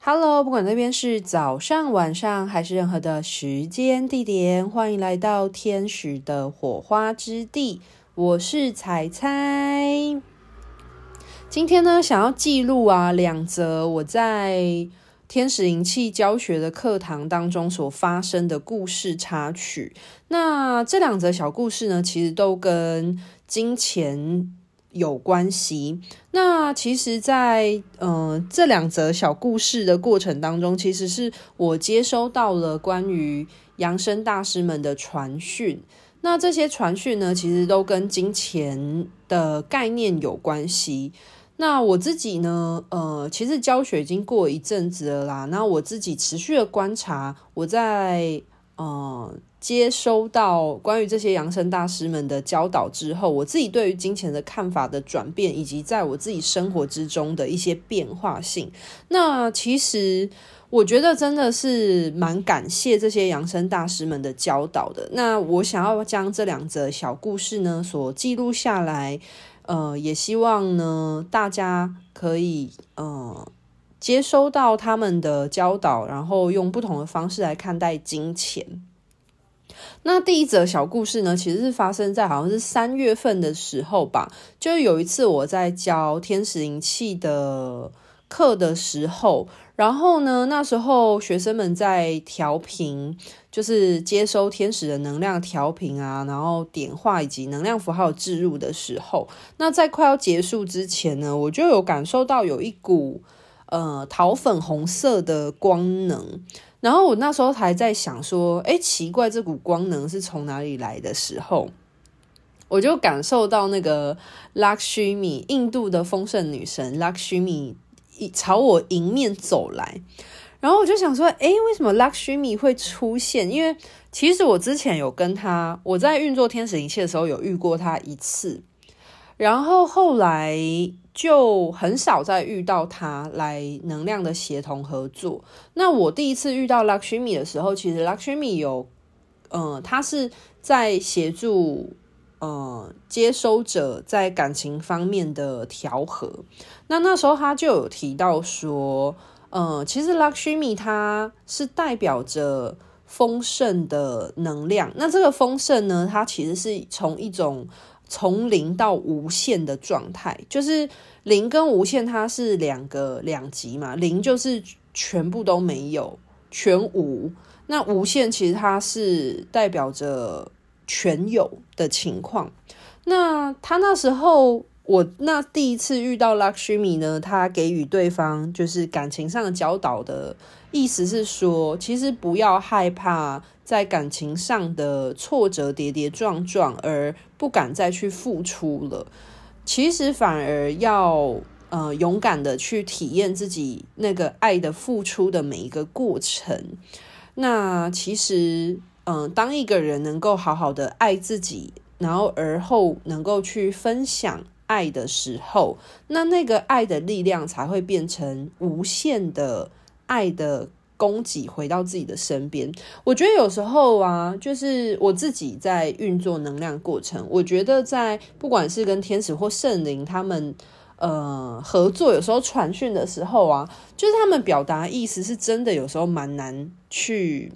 Hello， 不管那边是早上、晚上还是任何的时间地点，欢迎来到天使的火花之地。我是彩彩。今天呢，想要记录2则我在天使灵气教学的课堂当中所发生的故事插曲。那这2则小故事呢，其实都跟金钱有关系。那其实在这2则小故事的过程当中，其实是我接收到了关于扬升大师们的传讯。那这些传讯呢，其实都跟金钱的概念有关系。那我自己呢，其实教学已经过一阵子了啦。那我自己持续的观察，我在接收到关于这些扬升大师们的教导之后，我自己对于金钱的看法的转变，以及在我自己生活之中的一些变化性。那其实我觉得真的是蛮感谢这些扬升大师们的教导的。那我想要将这2则小故事呢所记录下来，也希望呢大家可以接收到他们的教导，然后用不同的方式来看待金钱。那第一则小故事呢，其实是发生在好像是3月份的时候吧。就有一次我在教天使灵气的课的时候，然后呢，那时候学生们在调频，就是接收天使的能量调频啊，然后点化以及能量符号置入的时候，那在快要结束之前呢，我就有感受到有一股桃粉红色的光能。然后我那时候还在想说，奇怪，这股光能是从哪里来的时候，我就感受到那个 Lakshmi 印度的丰盛女神 Lakshmi 朝我迎面走来。然后我就想说，为什么 Lakshmi 会出现？因为其实我之前有跟她，我在运作天使灵气的时候有遇过她1次，然后后来就很少再遇到他来能量的协同合作。那我第一次遇到 Lakshmi 的时候，其实 Lakshmi 有他是在协助接收者在感情方面的调和。那时候他就有提到说其实 Lakshmi 它是代表着丰盛的能量。那这个丰盛呢，它其实是从一种从0到无限的状态，就是0跟无限它是两极嘛。0就是全部都没有，全无。那无限其实它是代表着全有的情况。那他那时候我那第一次遇到 Lakshmi 呢，他给予对方就是感情上的教导的意思是说，其实不要害怕在感情上的挫折跌跌撞撞而不敢再去付出了，其实反而要勇敢的去体验自己那个爱的付出的每一个过程。那其实当一个人能够好好的爱自己，然后而后能够去分享爱的时候，那个爱的力量才会变成无限的爱的供给回到自己的身边。我觉得有时候就是我自己在运作能量过程，我觉得在不管是跟天使或圣灵他们合作，有时候传讯的时候就是他们表达意思是真的有时候蛮难去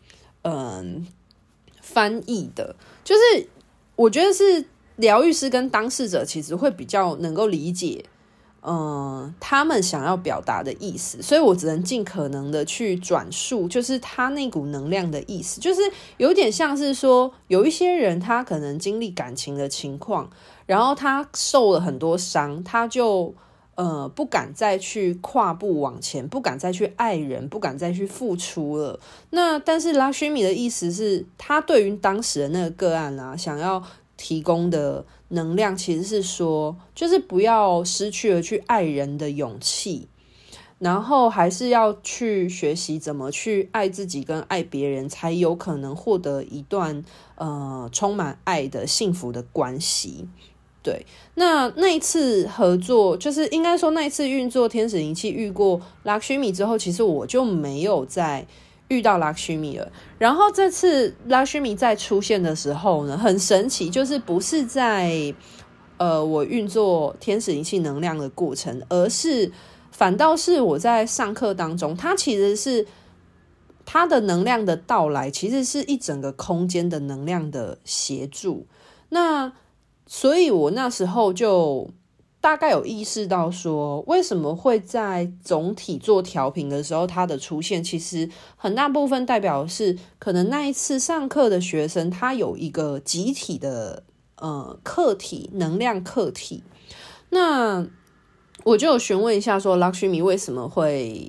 翻译的。就是我觉得是疗愈师跟当事者其实会比较能够理解他们想要表达的意思，所以我只能尽可能的去转述就是他那股能量的意思。就是有点像是说，有一些人他可能经历感情的情况，然后他受了很多伤，他就不敢再去跨步往前，不敢再去爱人，不敢再去付出了。那但是 Lakshmi 的意思是，他对于当时的那个个案想要提供的能量其实是说，就是不要失去了去爱人的勇气，然后还是要去学习怎么去爱自己跟爱别人，才有可能获得一段充满爱的幸福的关系。对，那一次合作，就是应该说那一次运作天使灵气遇过 Lakshmi 之后，其实我就没有再遇到 Lakshmi 了。然后这次 Lakshmi 再出现的时候呢，很神奇，就是不是在我运作天使灵气能量的过程，而是反倒是我在上课当中，它其实是它的能量的到来，其实是一整个空间的能量的协助。那所以我那时候就大概有意识到说，为什么会在总体做调频的时候，它的出现其实很大部分代表的是，可能那一次上课的学生他有一个集体的课题，能量课题。那我就有询问一下说，Lakshmi为什么会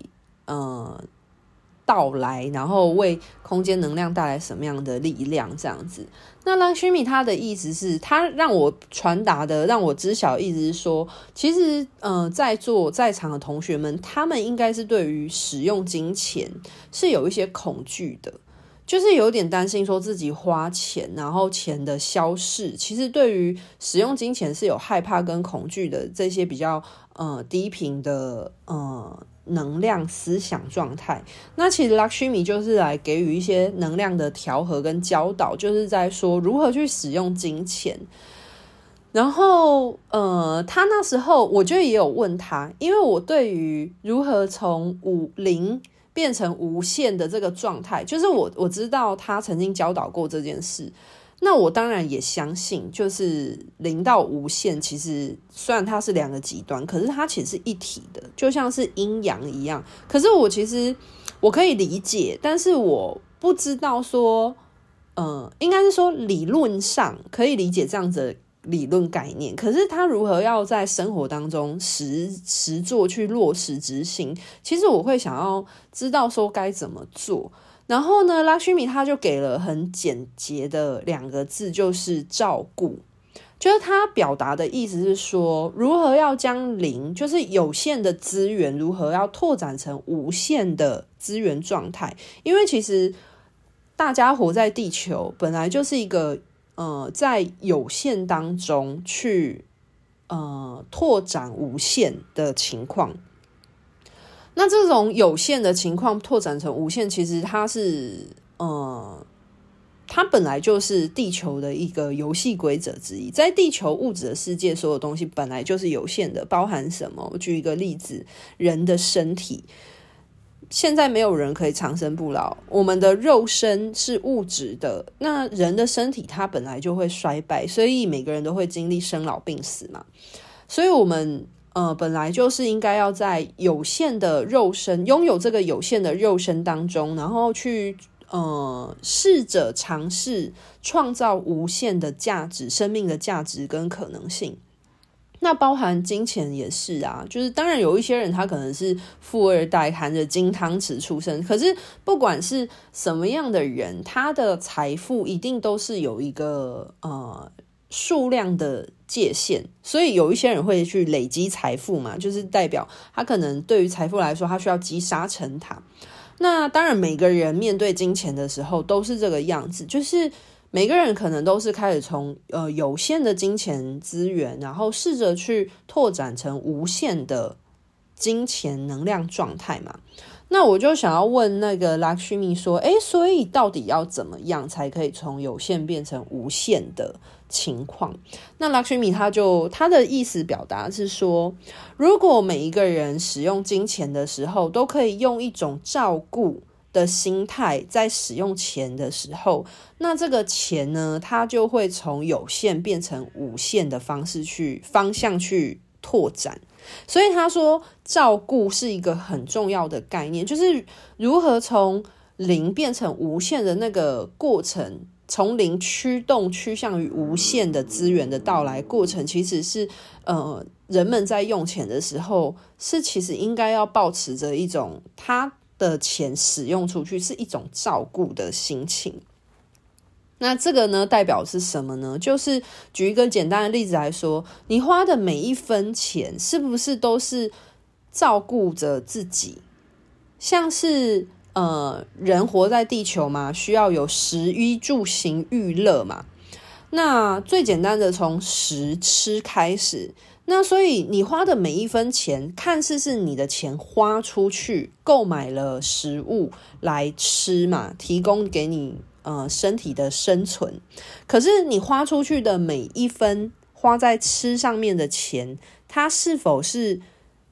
到来，然后为空间能量带来什么样的力量这样子。那Lakshmi他的意思是，他让我传达的，让我知晓的意思是说，其实在场的同学们，他们应该是对于使用金钱是有一些恐惧的，就是有点担心说自己花钱，然后钱的消逝，其实对于使用金钱是有害怕跟恐惧的这些比较低频的能量思想状态。那其实 Lakshmi 就是来给予一些能量的调和跟教导，就是在说如何去使用金钱。然后他那时候我就也有问他，因为我对于如何从零变成无限的这个状态，就是我知道他曾经教导过这件事，那我当然也相信，就是零到无限，其实虽然它是两个极端，可是它其实是一体的，就像是阴阳一样。可是我可以理解，但是我不知道说，应该是说理论上可以理解这样子的理论概念，可是他如何要在生活当中实做去落实执行，其实我会想要知道说该怎么做。然后呢，Lakshmi他就给了很简洁的2个字，就是照顾。就是他表达的意思是说，如何要将零，就是有限的资源，如何要拓展成无限的资源状态。因为其实大家活在地球本来就是一个在有限当中去拓展无限的情况。那这种有限的情况拓展成无限，其实它是它本来就是地球的一个游戏规则之一。在地球物质的世界，所有东西本来就是有限的，包含什么？我举一个例子，人的身体，现在没有人可以长生不老，我们的肉身是物质的，那人的身体它本来就会衰败，所以每个人都会经历生老病死嘛。所以我们本来就是应该要在有限的肉身，拥有这个有限的肉身当中，然后去试着尝试创造无限的价值，生命的价值跟可能性。那包含金钱也是啊，就是当然有一些人他可能是富二代，含着金汤匙出生，可是不管是什么样的人，他的财富一定都是有一个数量的界限，所以有一些人会去累积财富嘛，就是代表他可能对于财富来说，他需要积沙成塔。那当然每个人面对金钱的时候都是这个样子，就是每个人可能都是开始从有限的金钱资源，然后试着去拓展成无限的金钱能量状态嘛。那我就想要问那个 Lakshmi 说，所以到底要怎么样才可以从有限变成无限的情况？那 Lakshmi 他的意思表达是说，如果每一个人使用金钱的时候都可以用一种照顾的心态在使用钱的时候，那这个钱呢，它就会从有限变成无限的方向去拓展。所以他说照顾是一个很重要的概念，就是如何从零变成无限的那个过程，从零驱向于无限的资源的到来过程，其实是人们在用钱的时候是其实应该要抱持着一种他的钱使用出去是一种照顾的心情。那这个呢代表是什么呢？就是举一个简单的例子来说，你花的每一分钱是不是都是照顾着自己？像是人活在地球嘛，需要有食衣住行娱乐嘛。那最简单的从吃开始，那所以你花的每一分钱看似是你的钱花出去购买了食物来吃嘛，提供给你身体的生存，可是你花出去的每一分花在吃上面的钱，它是否是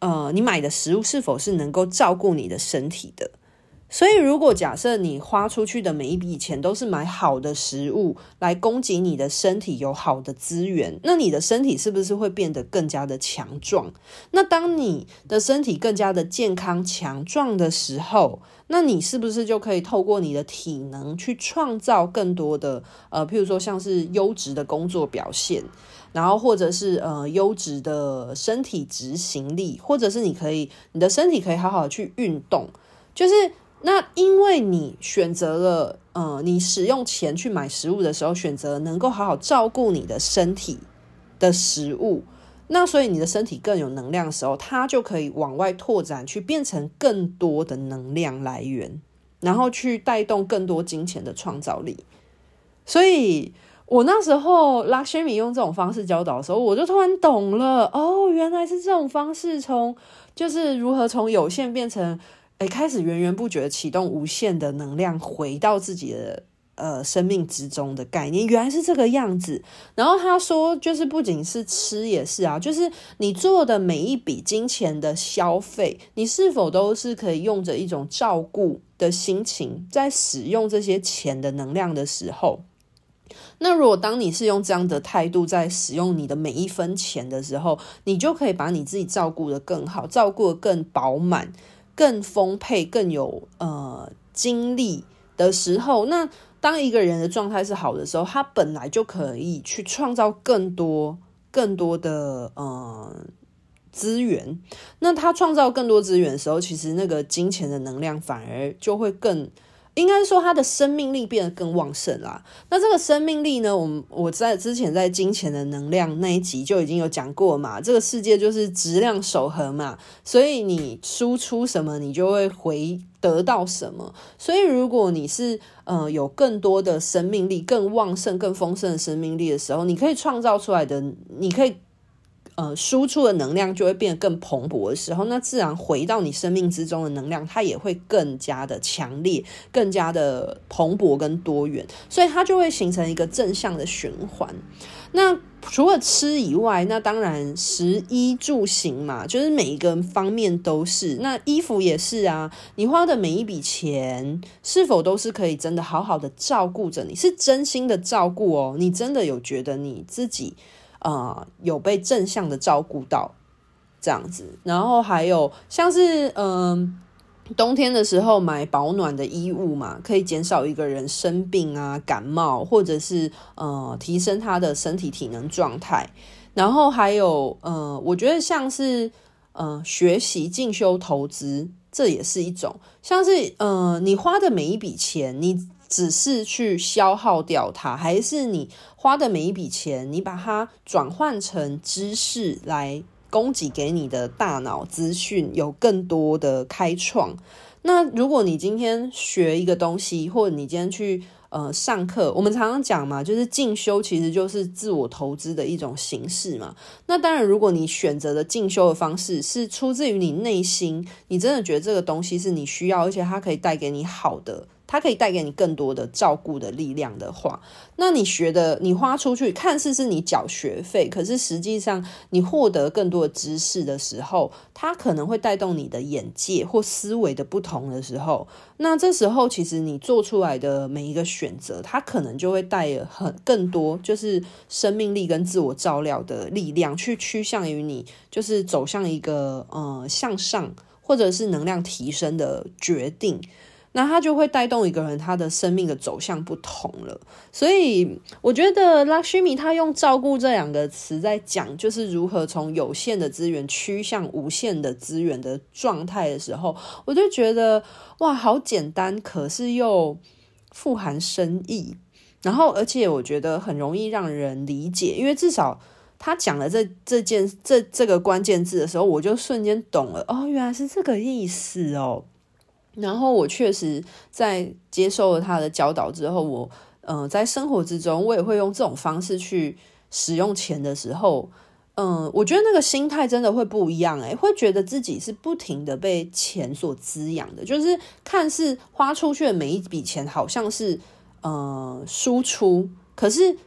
你买的食物是否是能够照顾你的身体的。所以如果假设你花出去的每一笔钱都是买好的食物来供给你的身体有好的资源，那你的身体是不是会变得更加的强壮？那当你的身体更加的健康强壮的时候，那你是不是就可以透过你的体能去创造更多的譬如说像是优质的工作表现，然后或者是优质的身体执行力，或者是你的身体可以好好的去运动，就是那因为你选择了你使用钱去买食物的时候，选择能够好好照顾你的身体的食物，那所以你的身体更有能量的时候，它就可以往外拓展，去变成更多的能量来源，然后去带动更多金钱的创造力。所以我那时候Lakshmi用这种方式教导的时候，我就突然懂了，原来是这种方式，就是如何从有限变成开始源源不绝的启动无限的能量回到自己的生命之中的概念，原来是这个样子。然后他说就是不仅是吃也是啊，就是你做的每一笔金钱的消费，你是否都是可以用着一种照顾的心情在使用这些钱的能量的时候，那如果当你是用这样的态度在使用你的每一分钱的时候，你就可以把你自己照顾得更好，照顾得更饱满，更丰沛，更有精力的时候，那当一个人的状态是好的时候，他本来就可以去创造更多的资源。那他创造更多资源的时候，其实那个金钱的能量反而就会应该说他的生命力变得更旺盛啦。那这个生命力呢，我在之前在金钱的能量那一集就已经有讲过嘛，这个世界就是质量守恒嘛，所以你输出什么你就会得到什么。所以如果你是有更多的生命力，更旺盛更丰盛的生命力的时候，你可以创造出来的，你可以输出的能量就会变得更蓬勃的时候，那自然回到你生命之中的能量，它也会更加的强烈，更加的蓬勃跟多元，所以它就会形成一个正向的循环。那除了吃以外，那当然食衣住行嘛，就是每一个方面都是。那衣服也是啊，你花的每一笔钱是否都是可以真的好好的照顾着你，是真心的照顾哦，你真的有觉得你自己有被正向的照顾到这样子。然后还有像是冬天的时候买保暖的衣物嘛，可以减少一个人生病啊、感冒，或者是提升他的身体体能状态。然后还有我觉得像是学习进修投资，这也是一种，像是你花的每一笔钱，你只是去消耗掉它，还是你花的每一笔钱你把它转换成知识来供给给你的大脑资讯有更多的开创。那如果你今天学一个东西，或者你今天去上课，我们常常讲嘛，就是进修其实就是自我投资的一种形式嘛。那当然如果你选择的进修的方式是出自于你内心，你真的觉得这个东西是你需要，而且它可以带给你好的，它可以带给你更多的照顾的力量的话，那你花出去看似是你缴学费，可是实际上你获得更多的知识的时候，它可能会带动你的眼界或思维的不同的时候，那这时候其实你做出来的每一个选择，它可能就会带更多就是生命力跟自我照料的力量，去趋向于你就是走向一个向上或者是能量提升的决定，那它就会带动一个人他的生命的走向不同了。所以我觉得 Lakshmi 他用照顾这两个词在讲，就是如何从有限的资源趋向无限的资源的状态的时候，我就觉得哇，好简单，可是又富含深意，然后而且我觉得很容易让人理解，因为至少他讲了这个关键字的时候，我就瞬间懂了，原来是这个意思哦。然后我确实在接受了他的教导之后，我在生活之中我也会用这种方式去使用钱的时候，我觉得那个心态真的会不一样，会觉得自己是不停的被钱所滋养的，就是看似花出去的每一笔钱好像是输出，可是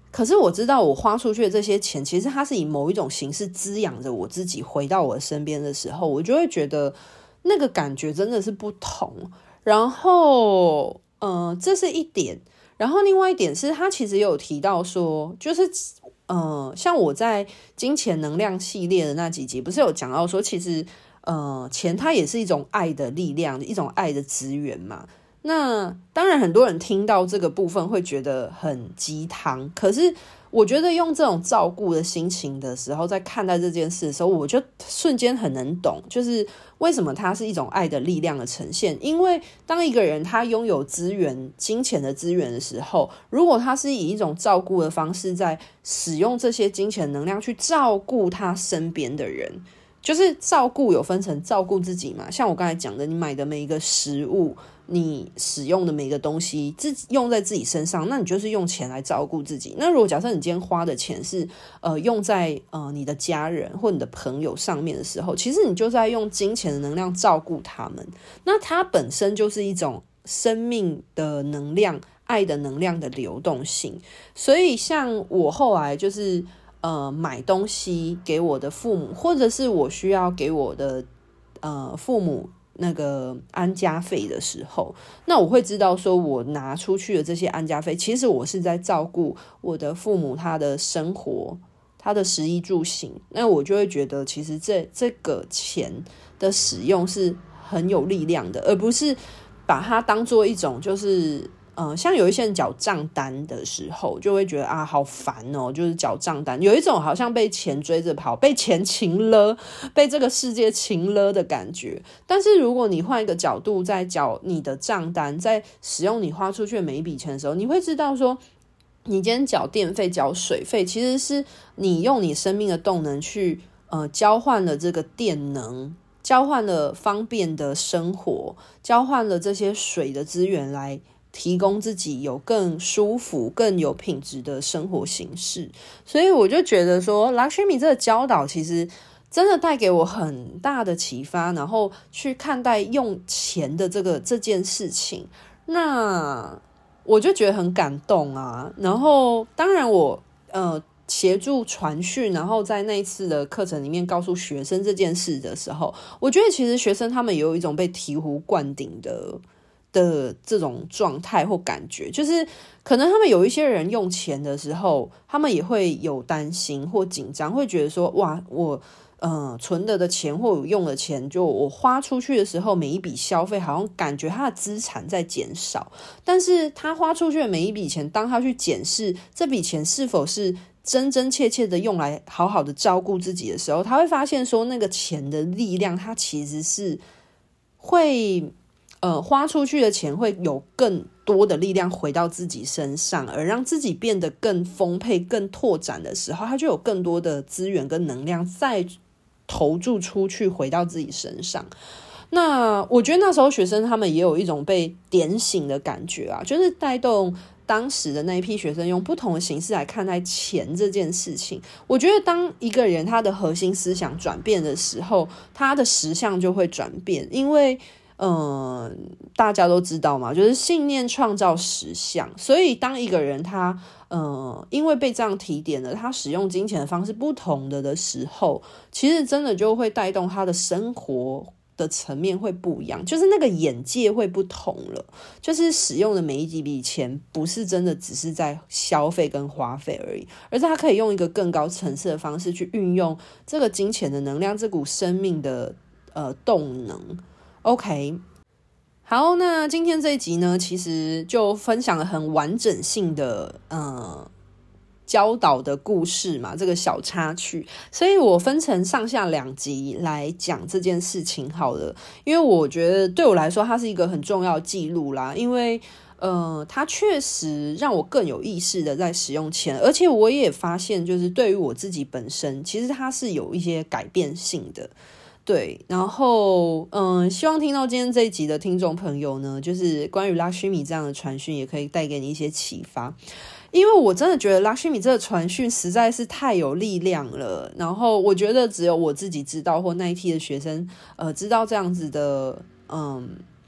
可是我知道我花出去的这些钱，其实它是以某一种形式滋养着我自己回到我身边的时候，我就会觉得那个感觉真的是不同。然后这是一点。然后另外一点是他其实也有提到说，就是像我在金钱能量系列的那几集不是有讲到说，其实钱它也是一种爱的力量，一种爱的资源嘛。那当然很多人听到这个部分会觉得很鸡汤，可是我觉得用这种照顾的心情的时候，在看待这件事的时候，我就瞬间很能懂，就是为什么它是一种爱的力量的呈现。因为当一个人他拥有资源，金钱的资源的时候，如果他是以一种照顾的方式在使用这些金钱能量去照顾他身边的人，就是照顾有分成照顾自己嘛，像我刚才讲的，你买的每一个食物，你使用的每一个东西，自己用在自己身上，那你就是用钱来照顾自己。那如果假设你今天花的钱是用在你的家人或你的朋友上面的时候，其实你就在用金钱的能量照顾他们，那它本身就是一种生命的能量、爱的能量的流动性。所以像我后来就是买东西给我的父母，或者是我需要给我的父母那个安家费的时候，那我会知道说我拿出去的这些安家费，其实我是在照顾我的父母他的生活，他的食衣住行。那我就会觉得其实这个钱的使用是很有力量的，而不是把它当做一种就是像有一些人缴账单的时候就会觉得啊好烦哦，就是缴账单有一种好像被钱追着跑，被钱擒了，被这个世界擒了的感觉。但是如果你换一个角度，在缴你的账单，在使用你花出去的每一笔钱的时候，你会知道说你今天缴电费、缴水费，其实是你用你生命的动能去交换了这个电能，交换了方便的生活，交换了这些水的资源来提供自己有更舒服、更有品质的生活形式。所以我就觉得说 Lakshmi 这个教导其实真的带给我很大的启发，然后去看待用钱的这件事情，那我就觉得很感动啊。然后当然我协助传讯，然后在那一次的课程里面告诉学生这件事的时候，我觉得其实学生他们也有一种被醍醐灌顶的这种状态或感觉，就是可能他们有一些人用钱的时候，他们也会有担心或紧张，会觉得说哇，我存的钱或用的钱，就我花出去的时候，每一笔消费好像感觉他的资产在减少，但是他花出去的每一笔钱，当他去检视这笔钱是否是真真切切的用来好好的照顾自己的时候，他会发现说那个钱的力量，它其实是会花出去的钱会有更多的力量回到自己身上，而让自己变得更丰沛、更拓展的时候，他就有更多的资源跟能量再投注出去回到自己身上。那我觉得那时候学生他们也有一种被点醒的感觉啊，就是带动当时的那一批学生用不同的形式来看待钱这件事情。我觉得当一个人他的核心思想转变的时候，他的实相就会转变，因为大家都知道嘛，就是信念创造实相。所以当一个人他因为被这样提点了，他使用金钱的方式不同的时候，其实真的就会带动他的生活的层面会不一样，就是那个眼界会不同了，就是使用的每一笔钱不是真的只是在消费跟花费而已，而是他可以用一个更高层次的方式去运用这个金钱的能量，这股生命的动能。OK， 好，那今天这一集呢，其实就分享了很完整性的教导的故事嘛，这个小插曲，所以我分成上下两集来讲这件事情好了。因为我觉得对我来说它是一个很重要的记录啦，因为它确实让我更有意识的在使用钱，而且我也发现就是对于我自己本身，其实它是有一些改变性的。对，然后希望听到今天这一集的听众朋友呢，就是关于 Lakshmi 这样的传讯也可以带给你一些启发，因为我真的觉得 Lakshmi 这个传讯实在是太有力量了，然后我觉得只有我自己知道，或那一批的学生知道这样子的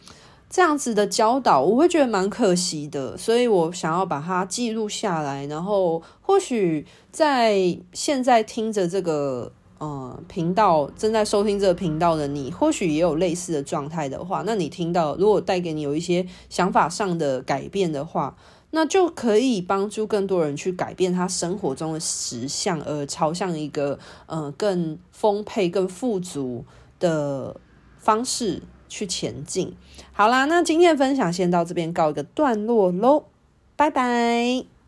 这样子的教导，我会觉得蛮可惜的，所以我想要把它记录下来，然后或许在现在听着这个频道，正在收听这个频道的你，或许也有类似的状态的话，那你听到如果带给你有一些想法上的改变的话，那就可以帮助更多人去改变他生活中的实相，而朝向一个更丰沛、更富足的方式去前进。好啦，那今天的分享先到这边告一个段落咯，拜拜。